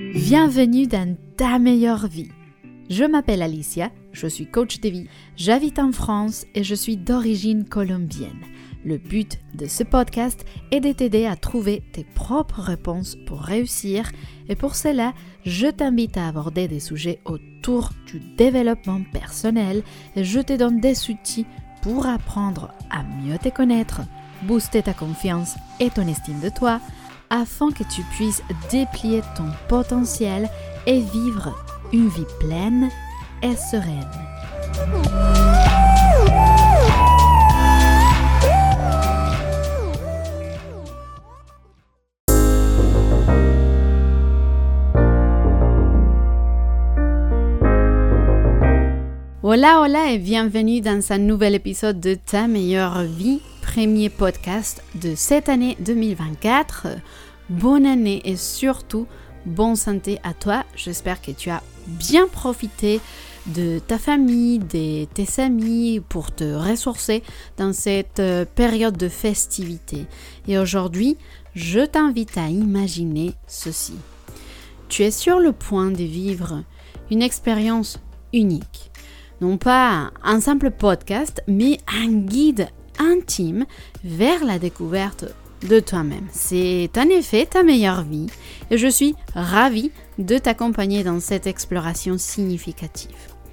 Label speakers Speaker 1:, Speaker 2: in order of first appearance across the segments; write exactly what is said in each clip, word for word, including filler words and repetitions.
Speaker 1: Bienvenue dans ta meilleure vie. Je m'appelle Alicia, je suis coach de vie, j'habite en France et je suis d'origine colombienne. Le but de ce podcast est de t'aider à trouver tes propres réponses pour réussir et pour cela, je t'invite à aborder des sujets autour du développement personnel et je te donne des outils pour apprendre à mieux te connaître, booster ta confiance et ton estime de toi afin que tu puisses déplier ton potentiel et vivre une vie pleine et sereine. Hola, hola et bienvenue dans un nouvel épisode de Ta meilleure vie, premier podcast de cette année deux mille vingt-quatre. Bonne année et surtout, bonne santé à toi. J'espère que tu as bien profité de ta famille, de tes amis pour te ressourcer dans cette période de festivité. Et aujourd'hui, je t'invite à imaginer ceci. Tu es sur le point de vivre une expérience unique. Non pas un simple podcast, mais un guide intime vers la découverte de toi-même. C'est en effet ta meilleure vie et je suis ravie de t'accompagner dans cette exploration significative.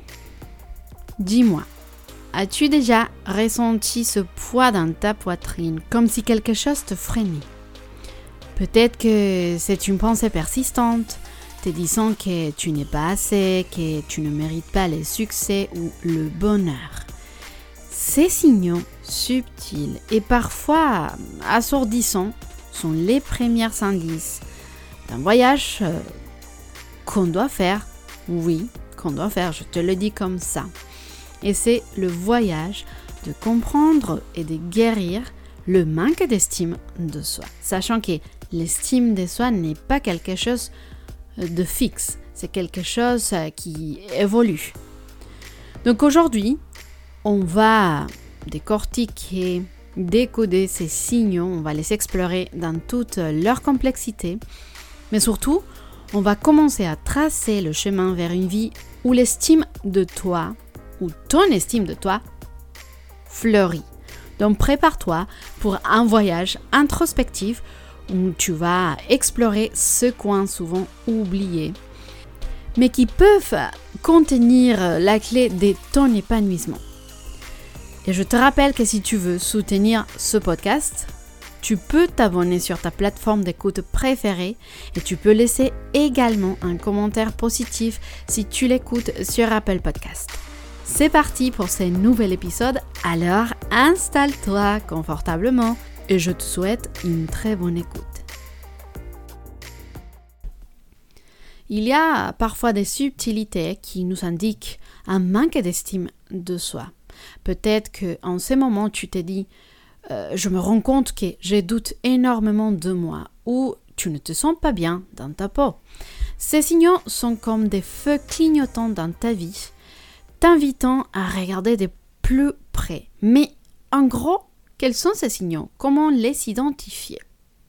Speaker 1: Dis-moi, as-tu déjà ressenti ce poids dans ta poitrine comme si quelque chose te freinait? Peut-être que c'est une pensée persistante, te disant que tu n'es pas assez, que tu ne mérites pas le succès ou le bonheur. Ces signaux subtils et parfois assourdissants sont les premiers indices d'un voyage euh, qu'on doit faire. Oui, qu'on doit faire, je te le dis comme ça. Et c'est le voyage de comprendre et de guérir le manque d'estime de soi. Sachant que l'estime de soi n'est pas quelque chose de fixe, c'est quelque chose qui évolue. Donc aujourd'hui, on va décortiquer, décoder ces signaux, on va les explorer dans toute leur complexité, mais surtout, on va commencer à tracer le chemin vers une vie où l'estime de toi, ou ton estime de toi, fleurit. Donc prépare-toi pour un voyage introspectif où tu vas explorer ce coin souvent oublié, mais qui peuvent contenir la clé de ton épanouissement. Et je te rappelle que si tu veux soutenir ce podcast, tu peux t'abonner sur ta plateforme d'écoute préférée et tu peux laisser également un commentaire positif si tu l'écoutes sur Apple Podcast. C'est parti pour ce nouvel épisode, alors installe-toi confortablement et je te souhaite une très bonne écoute. Il y a parfois des subtilités qui nous indiquent un manque d'estime de soi. Peut-être qu'en ce moment, tu t'es dit euh, « Je me rends compte que je doute énormément de moi » ou « Tu ne te sens pas bien dans ta peau ». Ces signaux sont comme des feux clignotants dans ta vie, t'invitant à regarder de plus près. Mais en gros, quels sont ces signaux? Comment les identifier?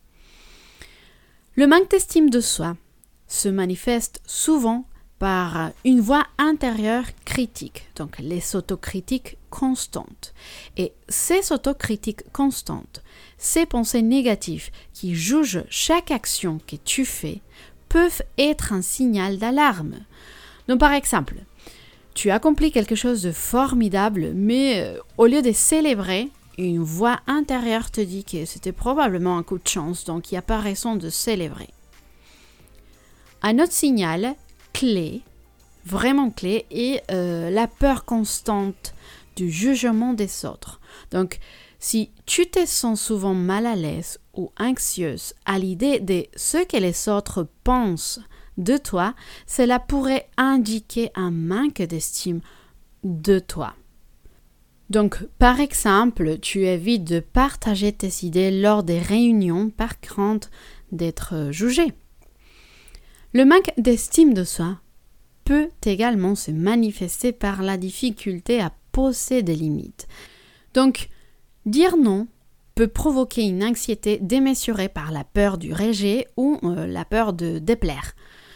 Speaker 1: Le manque d'estime de soi se manifeste souvent par une voix intérieure critique, donc les autocritiques constantes. Et ces autocritiques constantes, ces pensées négatives qui jugent chaque action que tu fais, peuvent être un signal d'alarme. Donc par exemple, tu accomplis quelque chose de formidable, mais euh, au lieu de célébrer, une voix intérieure te dit que c'était probablement un coup de chance, donc il n'y a pas raison de célébrer. Un autre signal clé, vraiment clé, est euh, la peur constante du jugement des autres. Donc, si tu te sens souvent mal à l'aise ou anxieuse à l'idée de ce que les autres pensent de toi, cela pourrait indiquer un manque d'estime de toi. Donc, par exemple, tu évites de partager tes idées lors des réunions par crainte d'être jugé. Le manque d'estime de soi peut également se manifester par la difficulté à poser des limites. Donc, dire non peut provoquer une anxiété démesurée par la peur du rejet ou euh, la peur de déplaire.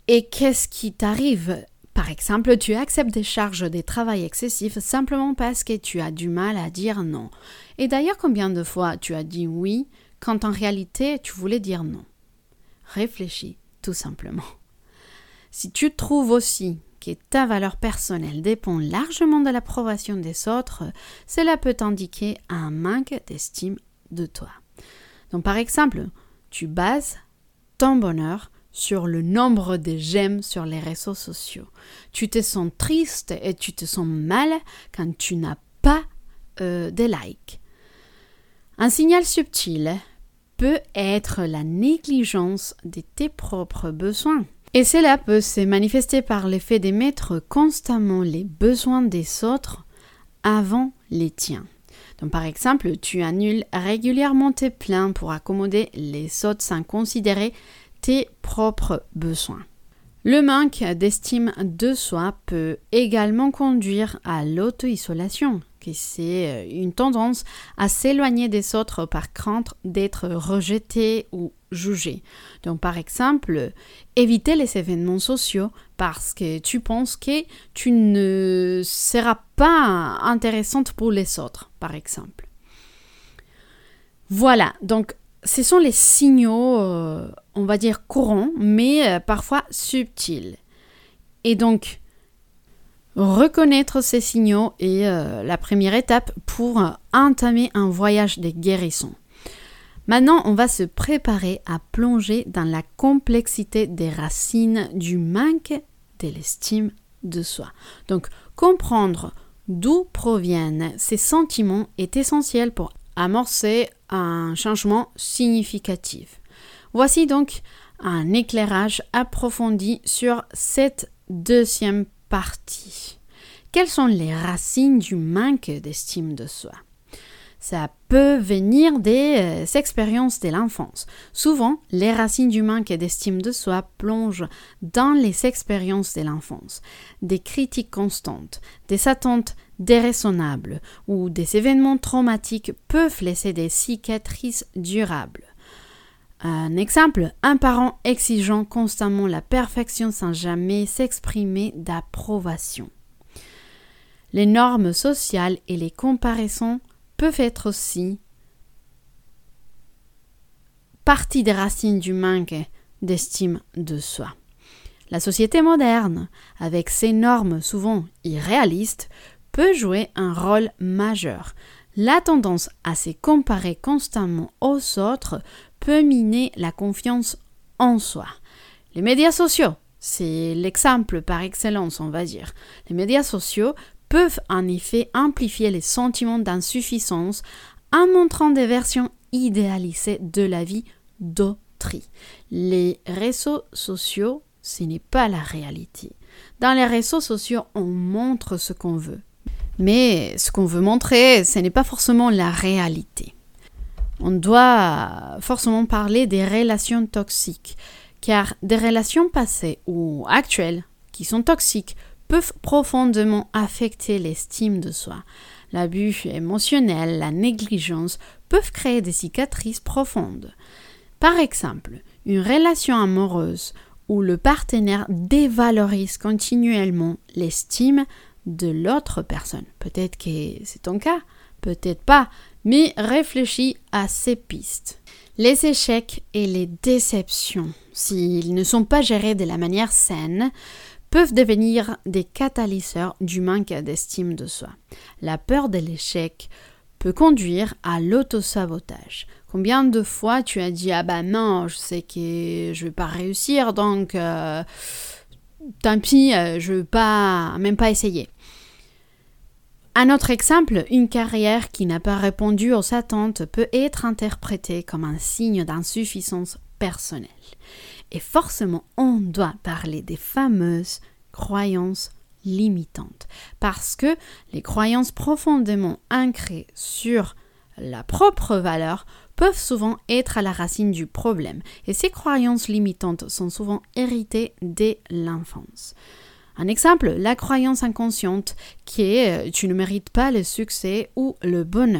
Speaker 1: Et qu'est-ce qui t'arrive ? Par exemple, tu acceptes des charges de travail excessifs simplement parce que tu as du mal à dire non. Et d'ailleurs, combien de fois tu as dit oui quand en réalité tu voulais dire non ? Réfléchis, tout simplement. Si tu trouves aussi que ta valeur personnelle dépend largement de l'approbation des autres, cela peut indiquer un manque d'estime de toi. Donc par exemple, tu bases ton bonheur sur le nombre de j'aime sur les réseaux sociaux. Tu te sens triste et tu te sens mal quand tu n'as pas euh, de likes. Un signal subtil peut être la négligence de tes propres besoins. Et cela peut se manifester par le fait de mettre constamment les besoins des autres avant les tiens. Donc par exemple, tu annules régulièrement tes plans pour accommoder les autres sans considérer tes propres besoins. Le manque d'estime de soi peut également conduire à l'auto-isolation, qui c'est une tendance à s'éloigner des autres par crainte d'être rejeté ou jugé. Donc par exemple, éviter les événements sociaux parce que tu penses que tu ne seras pas intéressante pour les autres, par exemple. Voilà, donc ce sont les signaux, euh, on va dire courants, mais euh, parfois subtils. Et donc, reconnaître ces signaux est euh, la première étape pour euh, entamer un voyage de guérison. Maintenant, on va se préparer à plonger dans la complexité des racines du manque de l'estime de soi. Donc, comprendre d'où proviennent ces sentiments est essentiel pour amorcer un changement significatif. Voici donc un éclairage approfondi sur cette deuxième partie. Quelles sont les racines du manque d'estime de soi ? Ça peut venir des euh, expériences de l'enfance. Souvent, les racines du manque d'estime de soi plongent dans les expériences de l'enfance. Des critiques constantes, des attentes déraisonnables ou des événements traumatiques peuvent laisser des cicatrices durables. Un exemple, un parent exigeant constamment la perfection sans jamais s'exprimer d'approbation. Les normes sociales et les comparaisons peuvent être aussi partie des racines du manque d'estime de soi. La société moderne, avec ses normes souvent irréalistes, peut jouer un rôle majeur. La tendance à se comparer constamment aux autres peut miner la confiance en soi. Les médias sociaux, c'est l'exemple par excellence, on va dire. Les médias sociaux peuvent en effet amplifier les sentiments d'insuffisance en montrant des versions idéalisées de la vie d'autrui. Les réseaux sociaux, ce n'est pas la réalité. Dans les réseaux sociaux, on montre ce qu'on veut. Mais ce qu'on veut montrer, ce n'est pas forcément la réalité. On doit forcément parler des relations toxiques, car des relations passées ou actuelles qui sont toxiques peuvent profondément affecter l'estime de soi. L'abus émotionnel, la négligence peuvent créer des cicatrices profondes. Par exemple, une relation amoureuse où le partenaire dévalorise continuellement l'estime de l'autre personne. Peut-être que c'est ton cas, peut-être pas, mais réfléchis à ces pistes. Les échecs et les déceptions, s'ils ne sont pas gérés de la manière saine, peuvent devenir des catalyseurs du manque d'estime de soi. La peur de l'échec peut conduire à l'autosabotage. Combien de fois tu as dit « Ah ben non, je sais que je ne vais pas réussir, donc euh, tant pis, je ne vais pas, même pas essayer. » Un autre exemple, une carrière qui n'a pas répondu aux attentes peut être interprétée comme un signe d'insuffisance personnelle. Et forcément, on doit parler des fameuses croyances limitantes. Parce que les croyances profondément ancrées sur la propre valeur peuvent souvent être à la racine du problème. Et ces croyances limitantes sont souvent héritées dès l'enfance. Un exemple, la croyance inconsciente qui est « tu ne mérites pas le succès ou le bonheur ».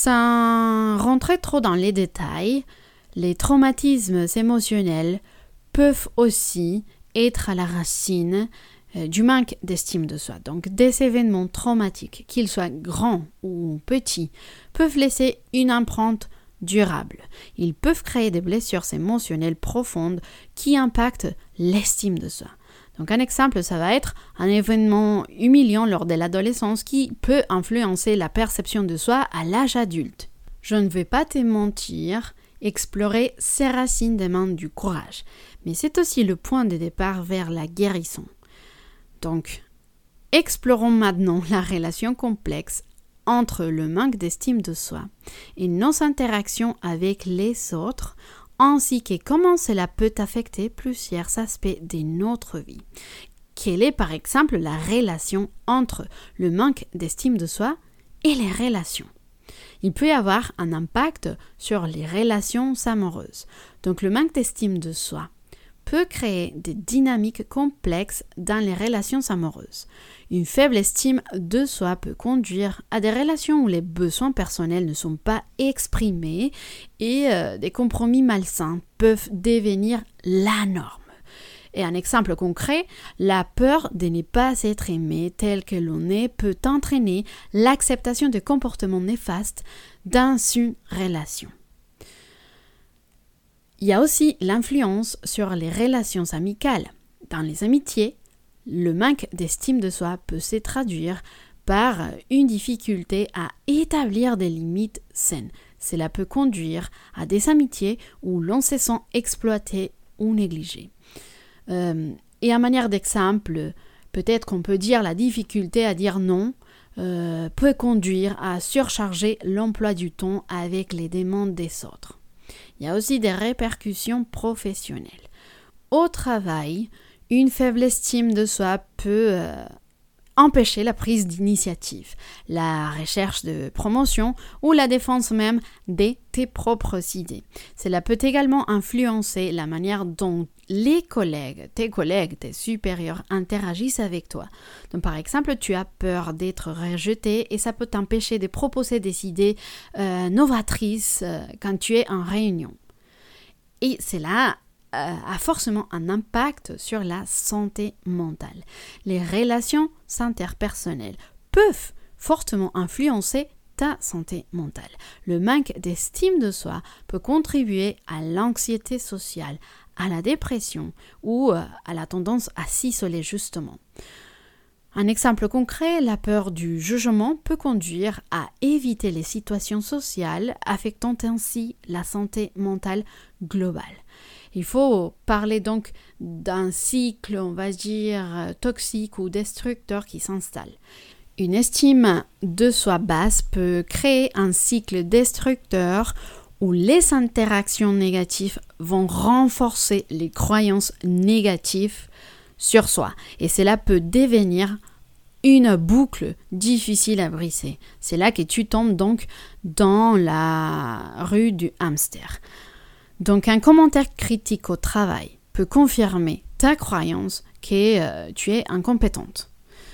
Speaker 1: Sans rentrer trop dans les détails, les traumatismes émotionnels peuvent aussi être à la racine euh, du manque d'estime de soi. Donc des événements traumatiques, qu'ils soient grands ou petits, peuvent laisser une empreinte durable. Ils peuvent créer des blessures émotionnelles profondes qui impactent l'estime de soi. Donc un exemple, ça va être un événement humiliant lors de l'adolescence qui peut influencer la perception de soi à l'âge adulte. Je ne vais pas te mentir, explorer ces racines demande du courage, mais c'est aussi le point de départ vers la guérison. Donc, explorons maintenant la relation complexe entre le manque d'estime de soi et nos interactions avec les autres, ainsi que comment cela peut affecter plusieurs aspects de notre vie. Quelle est par exemple la relation entre le manque d'estime de soi et les relations? Il peut y avoir un impact sur les relations amoureuses. Donc le manque d'estime de soi peut créer des dynamiques complexes dans les relations amoureuses. Une faible estime de soi peut conduire à des relations où les besoins personnels ne sont pas exprimés et euh, des compromis malsains peuvent devenir la norme. Et un exemple concret, la peur de ne pas être aimé tel que l'on est peut entraîner l'acceptation de comportements néfastes dans une relation. Il y a aussi l'influence sur les relations amicales. Dans les amitiés, le manque d'estime de soi peut se traduire par une difficulté à établir des limites saines. Cela peut conduire à des amitiés où l'on se sent exploité ou négligé. Euh, et en manière d'exemple, peut-être qu'on peut dire la difficulté à dire non euh, peut conduire à surcharger l'emploi du temps avec les demandes des autres. Il y a aussi des répercussions professionnelles. Au travail, une faible estime de soi peut euh, empêcher la prise d'initiative, la recherche de promotion ou la défense même de tes propres idées. Cela peut également influencer la manière dont les collègues, tes collègues, tes supérieurs interagissent avec toi. Donc, par exemple, tu as peur d'être rejeté et ça peut t'empêcher de proposer des idées euh, novatrices euh, quand tu es en réunion. Et cela euh, a forcément un impact sur la santé mentale. Les relations interpersonnelles peuvent fortement influencer ta santé mentale. Le manque d'estime de soi peut contribuer à l'anxiété sociale, à la dépression ou à la tendance à s'isoler justement. Un exemple concret, la peur du jugement peut conduire à éviter les situations sociales, affectant ainsi la santé mentale globale. Il faut parler donc d'un cycle, on va dire, toxique ou destructeur qui s'installe. Une estime de soi basse peut créer un cycle destructeur où les interactions négatives vont renforcer les croyances négatives sur soi. Et cela peut devenir une boucle difficile à briser. C'est là que tu tombes donc dans la rue du hamster. Donc un commentaire critique au travail peut confirmer ta croyance que euh, tu es incompétente.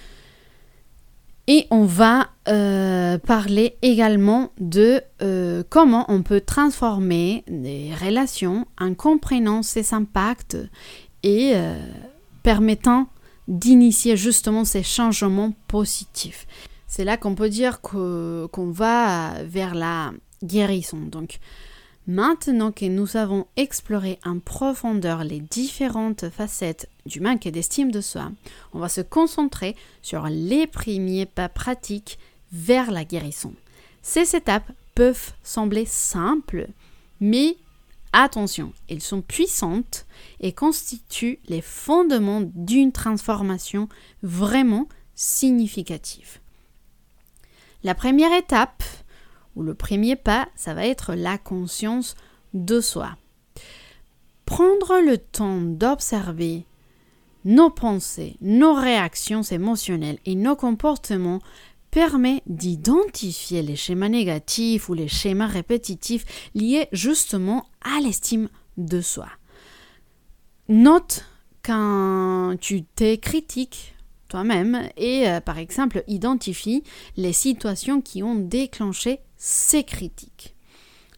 Speaker 1: Et on va euh, parler également de euh, comment on peut transformer des relations en comprenant ces impacts et euh, permettant d'initier justement ces changements positifs. C'est là qu'on peut dire que, qu'on va vers la guérison. Donc, maintenant que nous avons exploré en profondeur les différentes facettes du manque d'estime de soi, on va se concentrer sur les premiers pas pratiques vers la guérison. Ces étapes peuvent sembler simples, mais attention, elles sont puissantes et constituent les fondements d'une transformation vraiment significative. La première étape, ou le premier pas, ça va être la conscience de soi. Prendre le temps d'observer nos pensées, nos réactions émotionnelles et nos comportements permet d'identifier les schémas négatifs ou les schémas répétitifs liés justement à l'estime de soi. Note quand tu t'es critique toi-même et euh, par exemple identifie les situations qui ont déclenché ces critiques.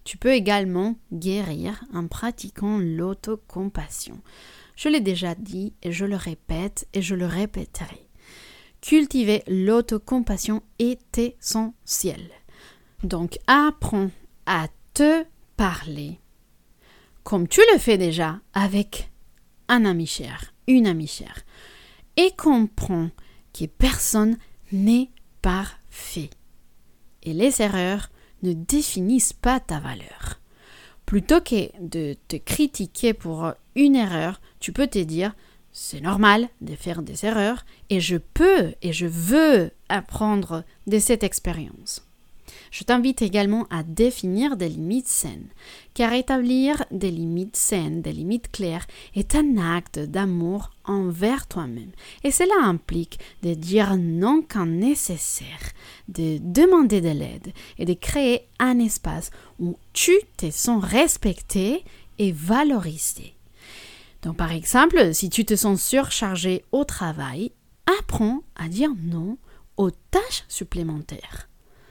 Speaker 1: Tu peux également guérir en pratiquant l'autocompassion. Je l'ai déjà dit et je le répète et je le répéterai. Cultiver l'autocompassion est essentiel. Donc, apprends à te parler comme tu le fais déjà avec un ami cher, une amie chère. Et comprends que personne n'est parfait. Et les erreurs ne définissent pas ta valeur. Plutôt que de te critiquer pour une erreur, tu peux te dire « c'est normal de faire des erreurs et je peux et je veux apprendre de cette expérience ». Je t'invite également à définir des limites saines, car établir des limites saines, des limites claires, est un acte d'amour envers toi-même. Et cela implique de dire non quand nécessaire, de demander de l'aide et de créer un espace où tu te sens respecté et valorisé. Donc par exemple, si tu te sens surchargé au travail, apprends à dire non aux tâches supplémentaires.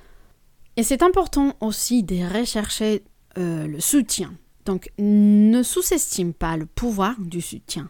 Speaker 1: Et c'est important aussi de rechercher euh, le soutien. Donc, ne sous-estime pas le pouvoir du soutien.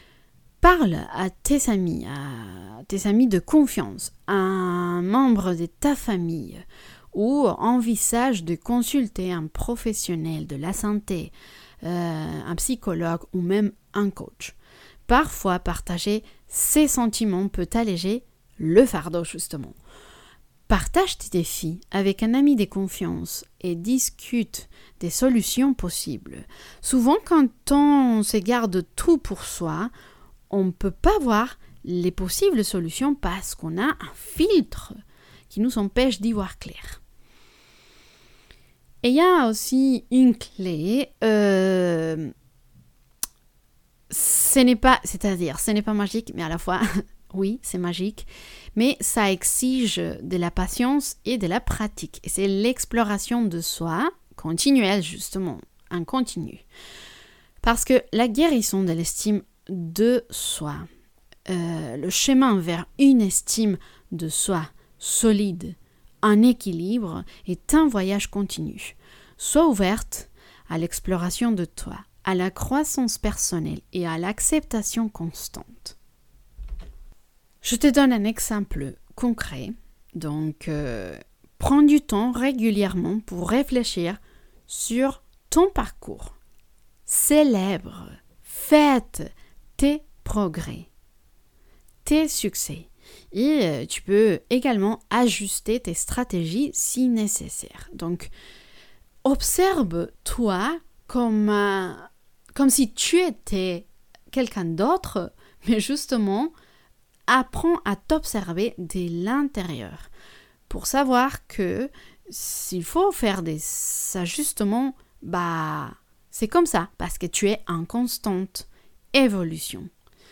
Speaker 1: Parle à tes amis, à tes amis de confiance, à un membre de ta famille ou envisage de consulter un professionnel de la santé, euh, un psychologue ou même un coach. Parfois, partager ses sentiments peut alléger le fardeau, justement. Partage tes défis avec un ami de confiance et discute des solutions possibles. Souvent, quand on se garde tout pour soi, on ne peut pas voir les possibles solutions parce qu'on a un filtre qui nous empêche d'y voir clair. Et il y a aussi une clé, euh, ce n'est pas, c'est-à-dire, ce n'est pas magique, mais à la fois... Oui, c'est magique, mais ça exige de la patience et de la pratique. Et c'est l'exploration de soi, continuelle justement, en continu. Parce que la guérison de l'estime de soi, euh, le chemin vers une estime de soi solide, en équilibre, est un voyage continu. Sois ouverte à l'exploration de toi, à la croissance personnelle et à l'acceptation constante. Je te donne un exemple concret. Donc, euh, prends du temps régulièrement pour réfléchir sur ton parcours. Célèbre, fête tes progrès, tes succès. Et euh, tu peux également ajuster tes stratégies si nécessaire. Donc, observe-toi comme, euh, comme si tu étais quelqu'un d'autre, mais justement, apprends à t'observer de l'intérieur pour savoir que s'il faut faire des ajustements, bah, c'est comme ça parce que tu es en constante évolution.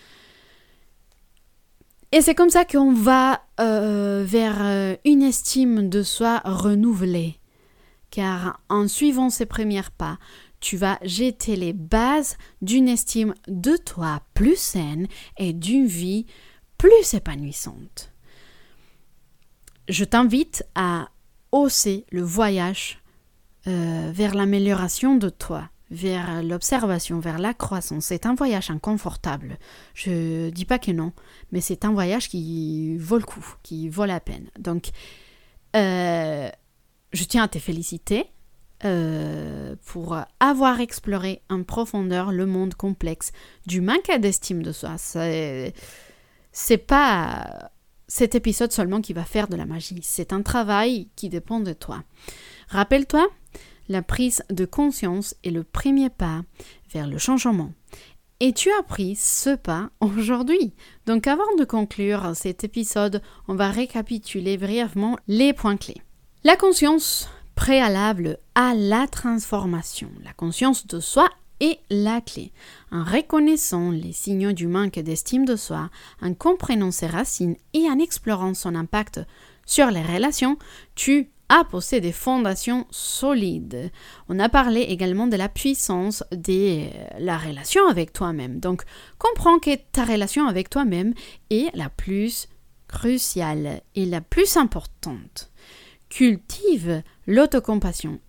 Speaker 1: Et c'est comme ça qu'on va euh, vers une estime de soi renouvelée. Car en suivant ces premiers pas, tu vas jeter les bases d'une estime de toi plus saine et d'une vie plus épanouissante. Je t'invite à hausser le voyage euh, vers l'amélioration de toi, vers l'observation, vers la croissance. C'est un voyage inconfortable. Je ne dis pas que non, mais c'est un voyage qui vaut le coup, qui vaut la peine. Donc, euh, je tiens à te féliciter euh, pour avoir exploré en profondeur le monde complexe du manque d'estime de soi. C'est... C'est pas cet épisode seulement qui va faire de la magie. C'est un travail qui dépend de toi. Rappelle-toi, la prise de conscience est le premier pas vers le changement. Et tu as pris ce pas aujourd'hui. Donc avant de conclure cet épisode, on va récapituler brièvement les points clés. La conscience préalable à la transformation. La conscience de soi est la clé. En reconnaissant les signaux du manque d'estime de soi, en comprenant ses racines et en explorant son impact sur les relations, tu as posé des fondations solides. On a parlé également de la puissance de la relation avec toi-même. Donc, comprends que ta relation avec toi-même est la plus cruciale et la plus importante. Cultive l'autocompassion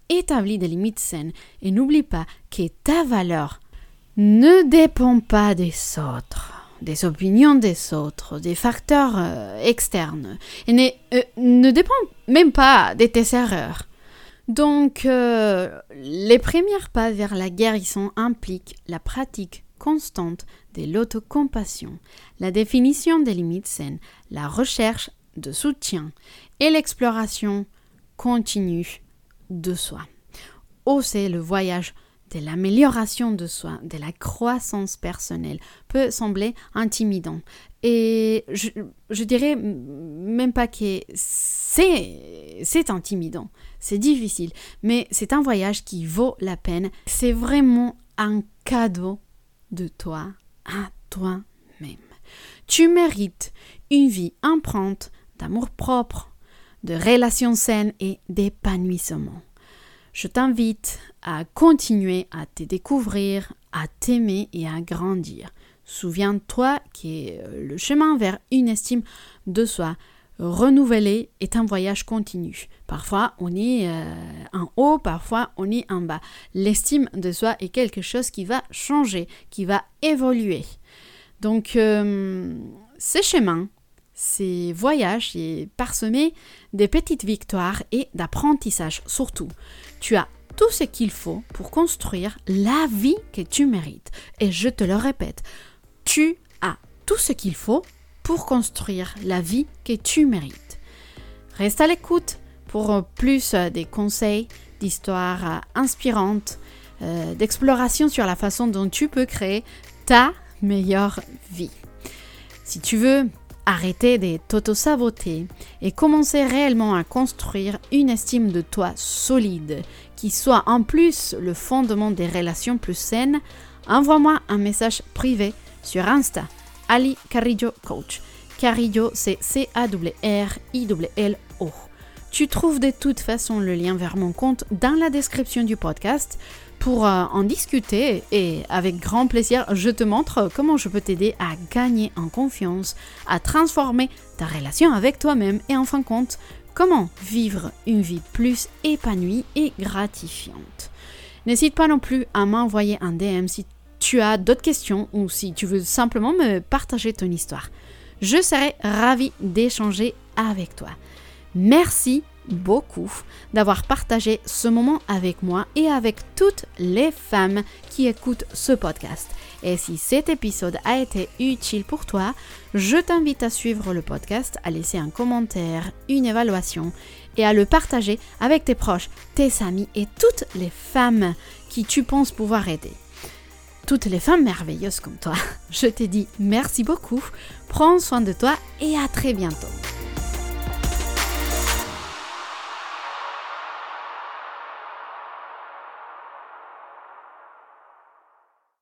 Speaker 1: établis des limites saines et n'oublie pas que ta valeur ne dépend pas des autres, des opinions des autres, des facteurs euh, externes et ne, euh, ne dépend même pas de tes erreurs. Donc, euh, les premiers pas vers la guérison impliquent la pratique constante de l'autocompassion, la définition des limites saines, la recherche de soutien et l'exploration continue de soi. Oser le voyage de l'amélioration de soi, de la croissance personnelle, peut sembler intimidant. Et je, je dirais même pas que c'est, c'est intimidant, c'est difficile, mais c'est un voyage qui vaut la peine. C'est vraiment un cadeau de toi à toi-même. Tu mérites une vie empreinte d'amour-propre, de relations saines et d'épanouissement. Je t'invite à continuer à te découvrir, à t'aimer et à grandir. Souviens-toi que le chemin vers une estime de soi renouvelée est un voyage continu. Parfois, on est euh, en haut, parfois, on est en bas. L'estime de soi est quelque chose qui va changer, qui va évoluer. Donc, euh, ce chemin, ces voyages est parsemé de petites victoires et d'apprentissages surtout. Tu as tout ce qu'il faut pour construire la vie que tu mérites. Et je te le répète, tu as tout ce qu'il faut pour construire la vie que tu mérites. Reste à l'écoute pour plus de conseils, d'histoires inspirantes, euh, d'exploration sur la façon dont tu peux créer ta meilleure vie. Si tu veux arrêter de t'auto-saboter et commencer réellement à construire une estime de toi solide qui soit en plus le fondement des relations plus saines, envoie-moi un message privé sur Insta, Ali Carrillo Coach. Carrillo, c'est C A R R I L O. Tu trouves de toute façon le lien vers mon compte dans la description du podcast pour euh, en discuter et avec grand plaisir, je te montre comment je peux t'aider à gagner en confiance, à transformer ta relation avec toi-même et en fin de compte, comment vivre une vie plus épanouie et gratifiante. N'hésite pas non plus à m'envoyer un D M si tu as d'autres questions ou si tu veux simplement me partager ton histoire. Je serai ravie d'échanger avec toi. Merci beaucoup d'avoir partagé ce moment avec moi et avec toutes les femmes qui écoutent ce podcast. Et si cet épisode a été utile pour toi, je t'invite à suivre le podcast, à laisser un commentaire, une évaluation et à le partager avec tes proches, tes amis et toutes les femmes qui tu penses pouvoir aider. Toutes les femmes merveilleuses comme toi. Je te dis merci beaucoup, prends soin de toi et à très bientôt.